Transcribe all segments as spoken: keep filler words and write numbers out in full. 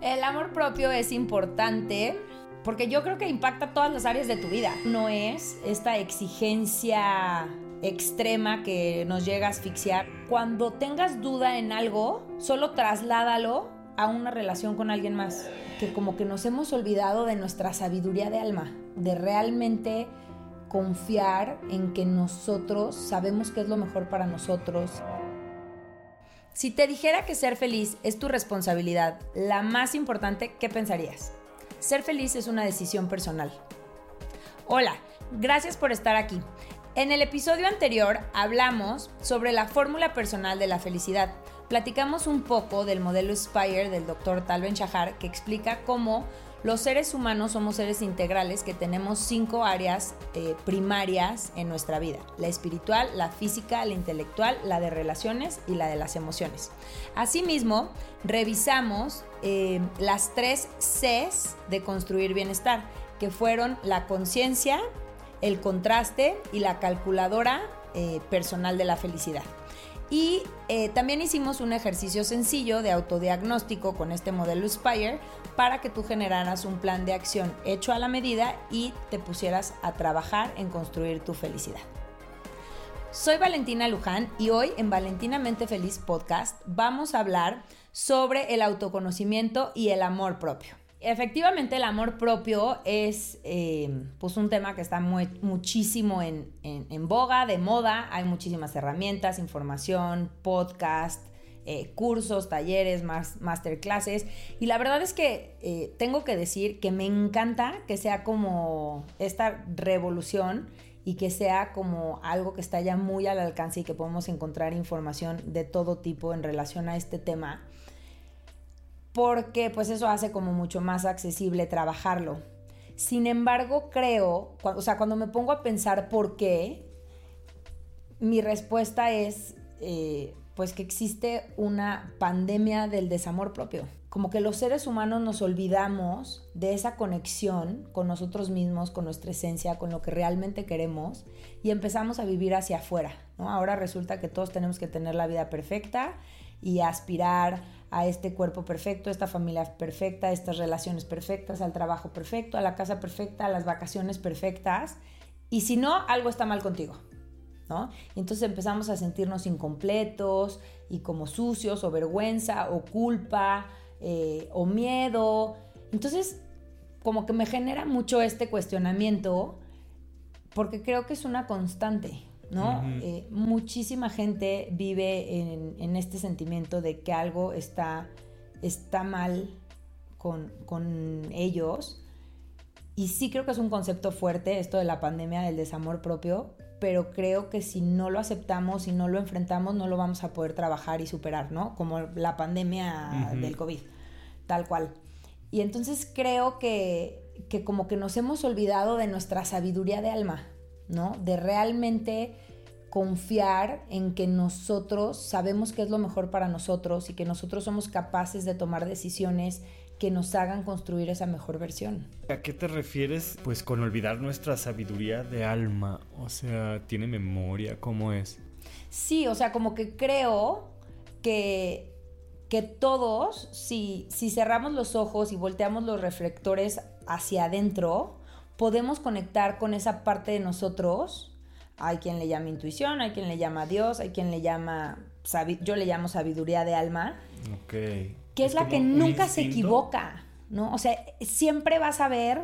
El amor propio es importante porque yo creo que impacta todas las áreas de tu vida. No es esta exigencia extrema que nos llega a asfixiar. Cuando tengas duda en algo, solo trasládalo a una relación con alguien más. Que como que nos hemos olvidado de nuestra sabiduría de alma, de realmente confiar en que nosotros sabemos qué es lo mejor para nosotros. Si te dijera que ser feliz es tu responsabilidad, la más importante, ¿qué pensarías? Ser feliz es una decisión personal. Hola, gracias por estar aquí. En el episodio anterior hablamos sobre la fórmula personal de la felicidad. Platicamos un poco del modelo Spire del doctor Tal Ben-Shahar, que explica cómo los seres humanos somos seres integrales que tenemos cinco áreas eh, primarias en nuestra vida: la espiritual, la física, la intelectual, la de relaciones y la de las emociones. Asimismo, revisamos eh, las tres Cs de construir bienestar, que fueron la conciencia, el contraste y la calculadora eh, personal de la felicidad. Y eh, también hicimos un ejercicio sencillo de autodiagnóstico con este modelo Spire para que tú generaras un plan de acción hecho a la medida y te pusieras a trabajar en construir tu felicidad. Soy Valentina Luján y hoy en Valentinamente Feliz Podcast vamos a hablar sobre el autoconocimiento y el amor propio. Efectivamente, el amor propio es eh, pues un tema que está muy, muchísimo en, en, en boga, de moda. Hay muchísimas herramientas, información, podcast, eh, cursos, talleres, más, masterclasses. Y la verdad es que eh, tengo que decir que me encanta que sea como esta revolución y que sea como algo que está ya muy al alcance y que podemos encontrar información de todo tipo en relación a este tema. Porque pues eso hace como mucho más accesible trabajarlo. Sin embargo, creo, o sea, cuando me pongo a pensar por qué, mi respuesta es eh, pues que existe una pandemia del desamor propio. Como que los seres humanos nos olvidamos de esa conexión con nosotros mismos, con nuestra esencia, con lo que realmente queremos y empezamos a vivir hacia afuera, ¿no? Ahora resulta que todos tenemos que tener la vida perfecta y aspirar a este cuerpo perfecto, a esta familia perfecta, a estas relaciones perfectas, al trabajo perfecto, a la casa perfecta, a las vacaciones perfectas. Y si no, algo está mal contigo, ¿no? Y entonces empezamos a sentirnos incompletos y como sucios, o vergüenza, o culpa, eh, o miedo. Entonces, como que me genera mucho este cuestionamiento porque creo que es una constante, ¿no? Uh-huh. Eh, muchísima gente vive en, en este sentimiento de que algo está, está mal con, con ellos. Y sí creo que es un concepto fuerte esto de la pandemia del desamor propio, pero creo que si no lo aceptamos, si no lo enfrentamos, no lo vamos a poder trabajar y superar, ¿no? Como la pandemia uh-huh. del COVID, tal cual. Y entonces creo que, que como que nos hemos olvidado de nuestra sabiduría de alma, ¿no? De realmente confiar en que nosotros sabemos qué es lo mejor para nosotros y que nosotros somos capaces de tomar decisiones que nos hagan construir esa mejor versión. ¿A qué te refieres, pues, con olvidar nuestra sabiduría de alma? O sea, ¿tiene memoria? ¿Cómo es? Sí, o sea, como que creo que, que todos, si, si cerramos los ojos y volteamos los reflectores hacia adentro, podemos conectar con esa parte de nosotros. Hay quien le llama intuición, hay quien le llama Dios, hay quien le llama, yo le llamo sabiduría de alma. Ok. Que es, es la que nunca se equivoca, ¿no? O sea, siempre vas a ver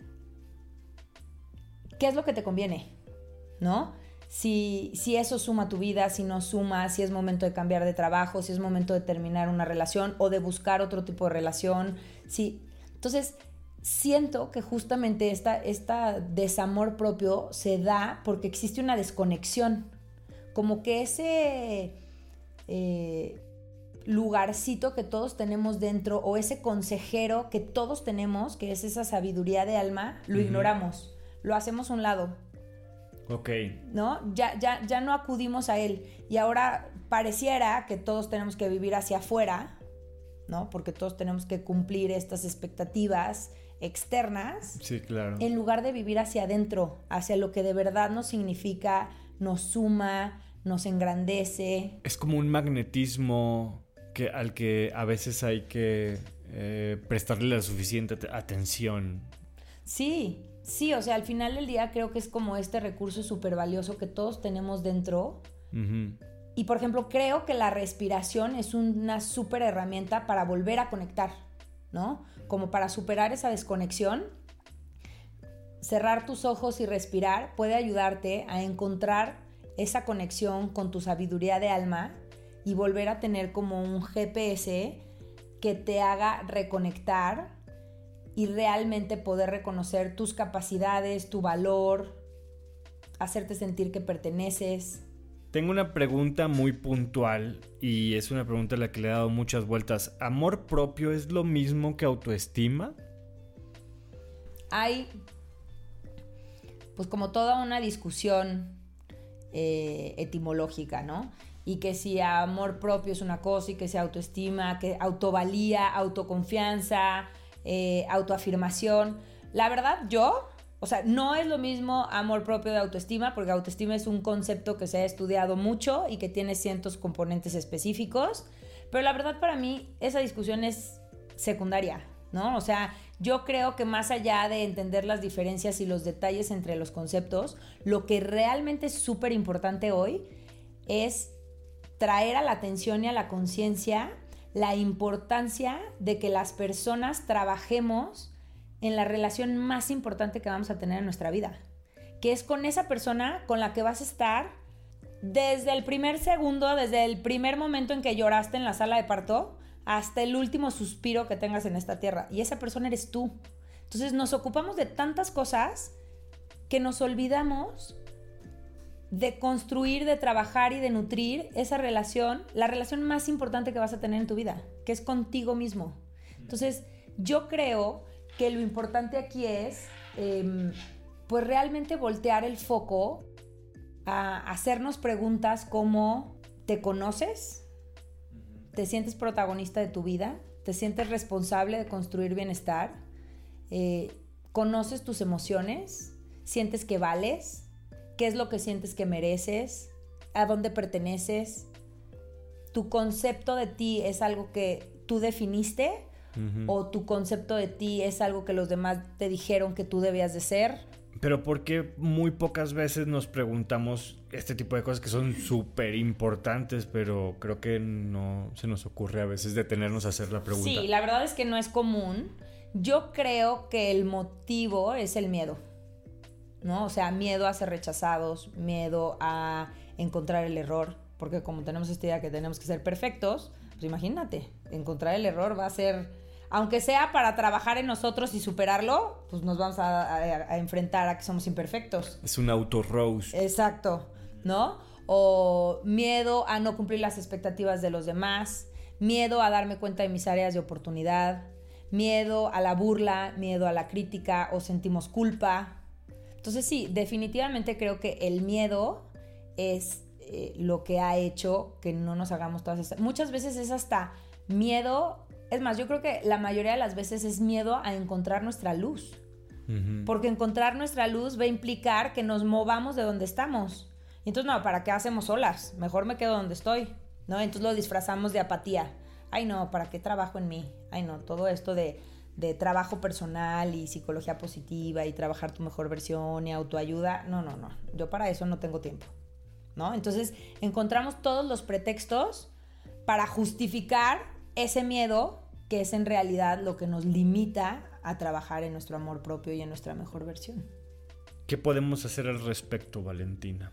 qué es lo que te conviene, ¿no? Si, si eso suma a tu vida, si no suma, si es momento de cambiar de trabajo, si es momento de terminar una relación o de buscar otro tipo de relación. Sí. Entonces, siento que justamente esta, esta desamor propio se da porque existe una desconexión. Como que ese eh, lugarcito que todos tenemos dentro o ese consejero que todos tenemos, que es esa sabiduría de alma, lo uh-huh. ignoramos, lo hacemos a un lado. Ok. ¿No? Ya, ya, ya no acudimos a él. Y ahora pareciera que todos tenemos que vivir hacia afuera, ¿no? Porque todos tenemos que cumplir estas expectativas externas. Sí, claro. En lugar de vivir hacia adentro, hacia lo que de verdad nos significa, nos suma, nos engrandece. Es como un magnetismo que, al que a veces hay que eh, prestarle la suficiente atención. Sí, sí, o sea, al final del día creo que es como este recurso súper valioso que todos tenemos dentro. Uh-huh. Y, por ejemplo, creo que la respiración es una súper herramienta para volver a conectar, ¿no? Como para superar esa desconexión. Cerrar tus ojos y respirar puede ayudarte a encontrar esa conexión con tu sabiduría de alma y volver a tener como un G P S que te haga reconectar y realmente poder reconocer tus capacidades, tu valor, hacerte sentir que perteneces. Tengo una pregunta muy puntual y es una pregunta a la que le he dado muchas vueltas. ¿Amor propio es lo mismo que autoestima? Hay, pues como toda una discusión eh, etimológica, ¿no? Y que si amor propio es una cosa y que si autoestima, que autovalía, autoconfianza, eh, autoafirmación. La verdad, yo... O sea, no es lo mismo amor propio de autoestima, porque autoestima es un concepto que se ha estudiado mucho y que tiene cientos componentes específicos, pero la verdad para mí esa discusión es secundaria, ¿no? O sea, yo creo que más allá de entender las diferencias y los detalles entre los conceptos, lo que realmente es súper importante hoy es traer a la atención y a la conciencia la importancia de que las personas trabajemos en la relación más importante que vamos a tener en nuestra vida, que es con esa persona con la que vas a estar desde el primer segundo, desde el primer momento en que lloraste en la sala de parto hasta el último suspiro que tengas en esta tierra, y esa persona eres tú. Entonces nos ocupamos de tantas cosas que nos olvidamos de construir, de trabajar y de nutrir esa relación, la relación más importante que vas a tener en tu vida, que es contigo mismo. Entonces yo creo que lo importante aquí es eh, pues realmente voltear el foco a hacernos preguntas como: ¿te conoces? ¿Te sientes protagonista de tu vida? ¿Te sientes responsable de construir bienestar? Eh, ¿Conoces tus emociones? ¿Sientes que vales? ¿Qué es lo que sientes que mereces? ¿A dónde perteneces? ¿Tu concepto de ti es algo que tú definiste? Uh-huh. ¿O tu concepto de ti es algo que los demás te dijeron que tú debías de ser? Pero ¿por qué muy pocas veces nos preguntamos este tipo de cosas que son súper importantes, pero creo que no se nos ocurre a veces detenernos a hacer la pregunta? Sí, la verdad es que no es común. Yo creo que el motivo es el miedo, ¿no? O sea, miedo a ser rechazados, miedo a encontrar el error, porque como tenemos esta idea que tenemos que ser perfectos, pues imagínate, encontrar el error va a ser... Aunque sea para trabajar en nosotros y superarlo, pues nos vamos a, a, a enfrentar a que somos imperfectos. Es un auto-roast. Exacto, ¿no? O miedo a no cumplir las expectativas de los demás, miedo a darme cuenta de mis áreas de oportunidad, miedo a la burla, miedo a la crítica, o sentimos culpa. Entonces sí, definitivamente creo que el miedo es eh, lo que ha hecho que no nos hagamos todas estas... Muchas veces es hasta miedo... Es más, yo creo que la mayoría de las veces es miedo a encontrar nuestra luz. Uh-huh. Porque encontrar nuestra luz va a implicar que nos movamos de donde estamos. Y entonces, no, ¿para qué hacemos olas? Mejor me quedo donde estoy, ¿no? Entonces lo disfrazamos de apatía. Ay, no, ¿para qué trabajo en mí? Ay, no, todo esto de, de trabajo personal y psicología positiva y trabajar tu mejor versión y autoayuda. No, no, no. Yo para eso no tengo tiempo, ¿no? Entonces encontramos todos los pretextos para justificar ese miedo, que es en realidad lo que nos limita a trabajar en nuestro amor propio y en nuestra mejor versión. ¿Qué podemos hacer al respecto, Valentina?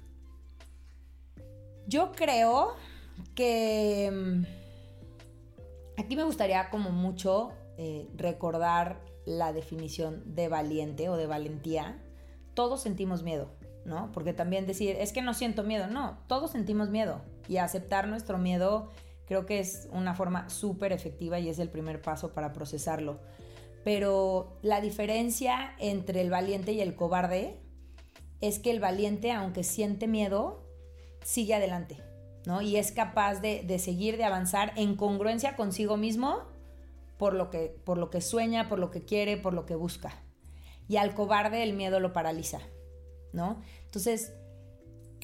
Yo creo que aquí me gustaría como mucho eh, recordar la definición de valiente o de valentía. Todos sentimos miedo, ¿no? Porque también decir, es que no siento miedo. No, todos sentimos miedo. Y aceptar nuestro miedo creo que es una forma súper efectiva y es el primer paso para procesarlo. Pero la diferencia entre el valiente y el cobarde es que el valiente, aunque siente miedo, sigue adelante, ¿no? Y es capaz de, de seguir, de avanzar en congruencia consigo mismo por lo que, por lo que sueña, por lo que quiere, por lo que busca. Y al cobarde el miedo lo paraliza, ¿no? Entonces,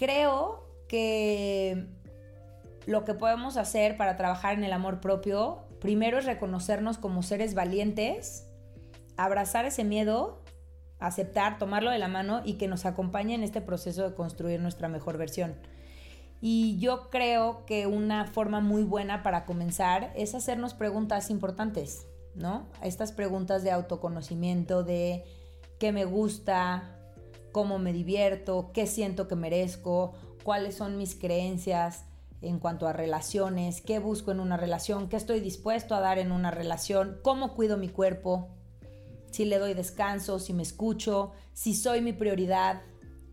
creo que lo que podemos hacer para trabajar en el amor propio Primero es reconocernos como seres valientes, abrazar ese miedo, aceptar, tomarlo de la mano y que nos acompañe en este proceso de construir nuestra mejor versión. Y yo creo que una forma muy buena para comenzar es hacernos preguntas importantes, ¿no? Estas preguntas de autoconocimiento, de qué me gusta, cómo me divierto, qué siento que merezco, cuáles son mis creencias en cuanto a relaciones, qué busco en una relación, qué estoy dispuesto a dar en una relación, cómo cuido mi cuerpo, si le doy descanso, si me escucho, si soy mi prioridad,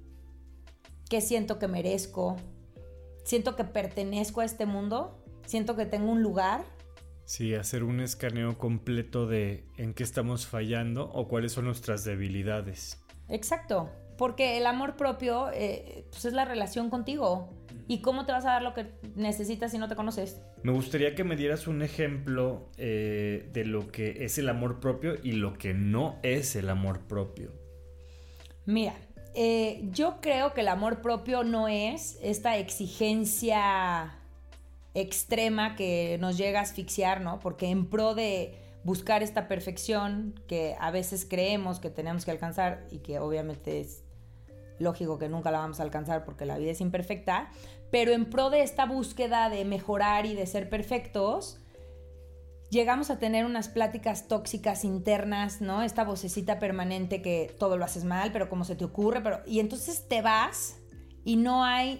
qué siento que merezco, siento que pertenezco a este mundo, siento que tengo un lugar. Sí, hacer un escaneo completo de en qué estamos fallando o cuáles son nuestras debilidades. Exacto, porque el amor propio eh, pues es la relación contigo. ¿Y cómo te vas a dar lo que necesitas si no te conoces? Me gustaría que me dieras un ejemplo eh, de lo que es el amor propio y lo que no es el amor propio. Mira, eh, yo creo que el amor propio no es esta exigencia extrema que nos llega a asfixiar, ¿no? Porque en pro de buscar esta perfección que a veces creemos que tenemos que alcanzar y que obviamente es lógico que nunca la vamos a alcanzar porque la vida es imperfecta, pero en pro de esta búsqueda de mejorar y de ser perfectos, llegamos a tener unas pláticas tóxicas internas, ¿no? Esta vocecita permanente que todo lo haces mal, pero como se te ocurre, pero... Y entonces te vas y no hay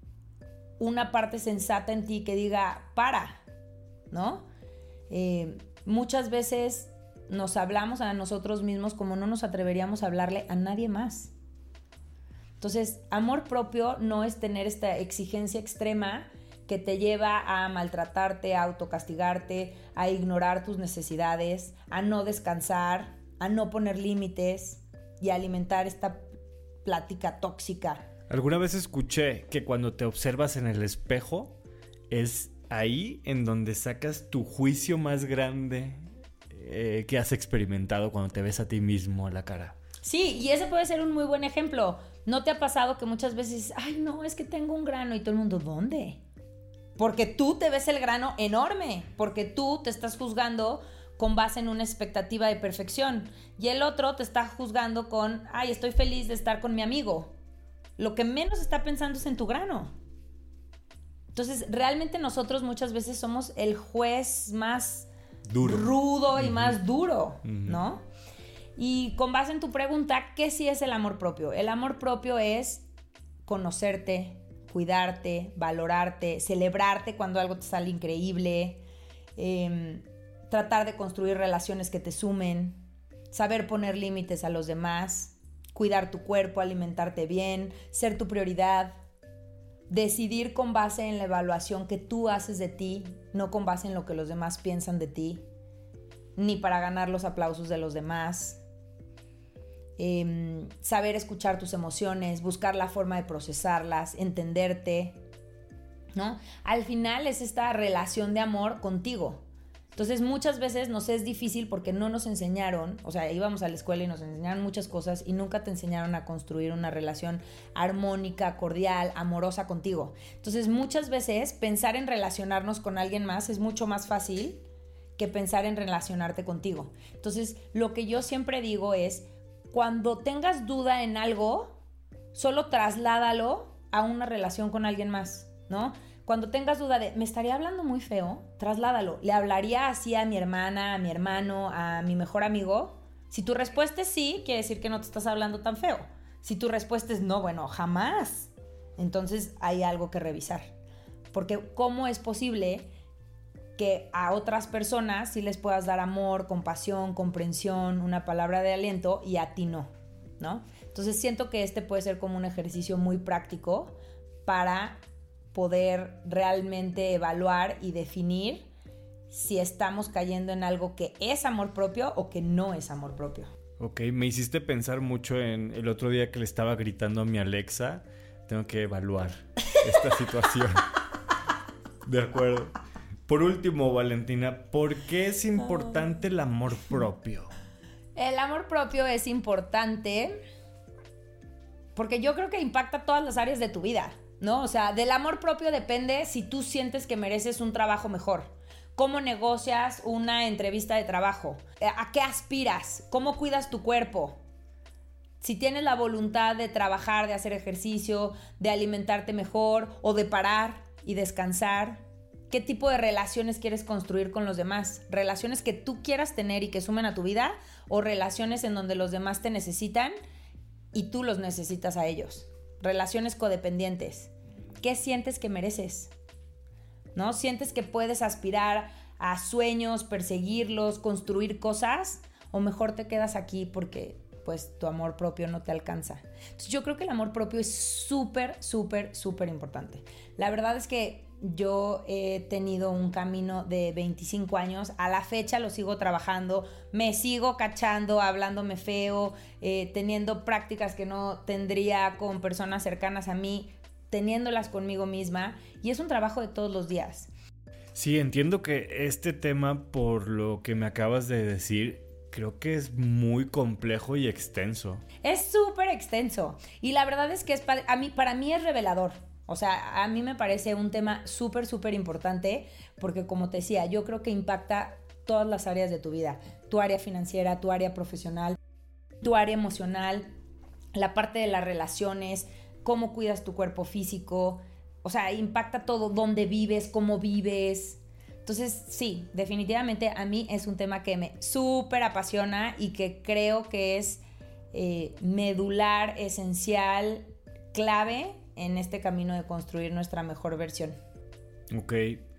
una parte sensata en ti que diga, para, ¿no? Eh, muchas veces nos hablamos a nosotros mismos como no nos atreveríamos a hablarle a nadie más. Entonces, amor propio no es tener esta exigencia extrema que te lleva a maltratarte, a autocastigarte, a ignorar tus necesidades, a no descansar, a no poner límites y a alimentar esta plática tóxica. Alguna vez escuché que cuando te observas en el espejo es ahí en donde sacas tu juicio más grande eh, que has experimentado cuando te ves a ti mismo a la cara. Sí, y ese puede ser un muy buen ejemplo. ¿No te ha pasado que muchas veces, ay, no, es que tengo un grano y todo el mundo, ¿dónde? Porque tú te ves el grano enorme, porque tú te estás juzgando con base en una expectativa de perfección y el otro te está juzgando con, ay, estoy feliz de estar con mi amigo. Lo que menos está pensando es en tu grano. Entonces, realmente nosotros muchas veces somos el juez más duro. rudo y uh-huh. más duro, uh-huh. ¿no? Y con base en tu pregunta, ¿qué sí es el amor propio? El amor propio es conocerte, cuidarte, valorarte, celebrarte cuando algo te sale increíble, eh, tratar de construir relaciones que te sumen, saber poner límites a los demás, cuidar tu cuerpo, alimentarte bien, ser tu prioridad, decidir con base en la evaluación que tú haces de ti, no con base en lo que los demás piensan de ti, ni para ganar los aplausos de los demás. Eh, saber escuchar tus emociones, buscar la forma de procesarlas, entenderte, ¿no? Al final es esta relación de amor contigo. Entonces muchas veces nos es difícil porque no nos enseñaron, o sea, íbamos a la escuela y nos enseñaron muchas cosas y nunca te enseñaron a construir una relación armónica, cordial, amorosa contigo. Entonces muchas veces pensar en relacionarnos con alguien más es mucho más fácil que pensar en relacionarte contigo. Entonces lo que yo siempre digo es, cuando tengas duda en algo, solo trasládalo a una relación con alguien más, ¿no? Cuando tengas duda de, ¿me estaría hablando muy feo? Trasládalo. ¿Le hablaría así a mi hermana, a mi hermano, a mi mejor amigo? Si tu respuesta es sí, quiere decir que no te estás hablando tan feo. Si tu respuesta es no, bueno, jamás, entonces hay algo que revisar. Porque ¿cómo es posible que a otras personas sí les puedas dar amor, compasión, comprensión, una palabra de aliento y a ti no, ¿no? Entonces siento que este puede ser como un ejercicio muy práctico para poder realmente evaluar y definir si estamos cayendo en algo que es amor propio o que no es amor propio. Ok, me hiciste pensar mucho en el otro día que le estaba gritando a mi Alexa, tengo que evaluar esta situación. De acuerdo. Por último, Valentina, ¿por qué es importante el amor propio? El amor propio es importante porque yo creo que impacta todas las áreas de tu vida, ¿no? O sea, del amor propio depende si tú sientes que mereces un trabajo mejor. ¿Cómo negocias una entrevista de trabajo? ¿A qué aspiras? ¿Cómo cuidas tu cuerpo? Si tienes la voluntad de trabajar, de hacer ejercicio, de alimentarte mejor o de parar y descansar, ¿qué tipo de relaciones quieres construir con los demás? ¿Relaciones que tú quieras tener y que sumen a tu vida o relaciones en donde los demás te necesitan y tú los necesitas a ellos? Relaciones codependientes. ¿Qué sientes que mereces? ¿No? ¿Sientes que puedes aspirar a sueños, perseguirlos, construir cosas? ¿O mejor te quedas aquí porque pues tu amor propio no te alcanza? Entonces yo creo que el amor propio es súper, súper, súper importante. La verdad es que yo he tenido un camino de veinticinco años, a la fecha lo sigo trabajando, me sigo cachando, hablándome feo, eh, teniendo prácticas que no tendría con personas cercanas a mí, teniéndolas conmigo misma, y es un trabajo de todos los días. Sí, entiendo que este tema, por lo que me acabas de decir, creo que es muy complejo y extenso. Es súper extenso. Y la verdad es que es para, a mí, para mí es revelador. O sea, a mí me parece un tema súper, súper importante porque, como te decía, yo creo que impacta todas las áreas de tu vida. Tu área financiera, tu área profesional, tu área emocional, la parte de las relaciones, cómo cuidas tu cuerpo físico. O sea, impacta todo, dónde vives, cómo vives. Entonces, sí, definitivamente a mí es un tema que me súper apasiona y que creo que es eh, medular, esencial, clave en este camino de construir nuestra mejor versión. Ok.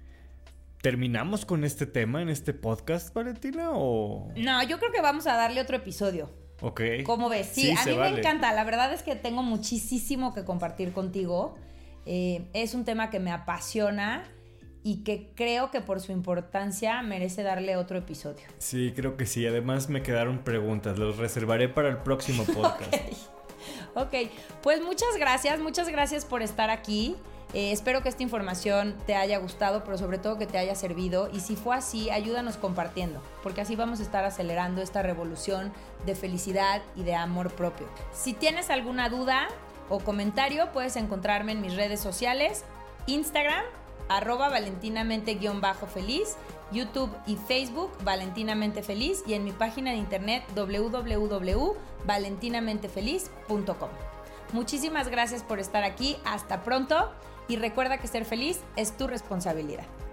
¿Terminamos con este tema en este podcast, Valentina, o...? No, yo creo que vamos a darle otro episodio. Ok. ¿Cómo ves? Sí, sí a mí me vale. encanta. La verdad es que tengo muchísimo que compartir contigo. Eh, es un tema que me apasiona y que creo que por su importancia merece darle otro episodio. Sí, creo que sí. Además me quedaron preguntas. Los reservaré para el próximo podcast. Ok, ok. Pues muchas gracias. Muchas gracias por estar aquí. Eh, espero que esta información te haya gustado, pero sobre todo que te haya servido. Y si fue así, ayúdanos compartiendo, porque así vamos a estar acelerando esta revolución de felicidad y de amor propio. Si tienes alguna duda o comentario, puedes encontrarme en mis redes sociales, Instagram, arroba valentinamente-feliz, YouTube y Facebook, Valentinamente Feliz, y en mi página de internet doble u doble u doble u punto valentinamente feliz punto com. Muchísimas gracias por estar aquí, hasta pronto, y recuerda que ser feliz es tu responsabilidad.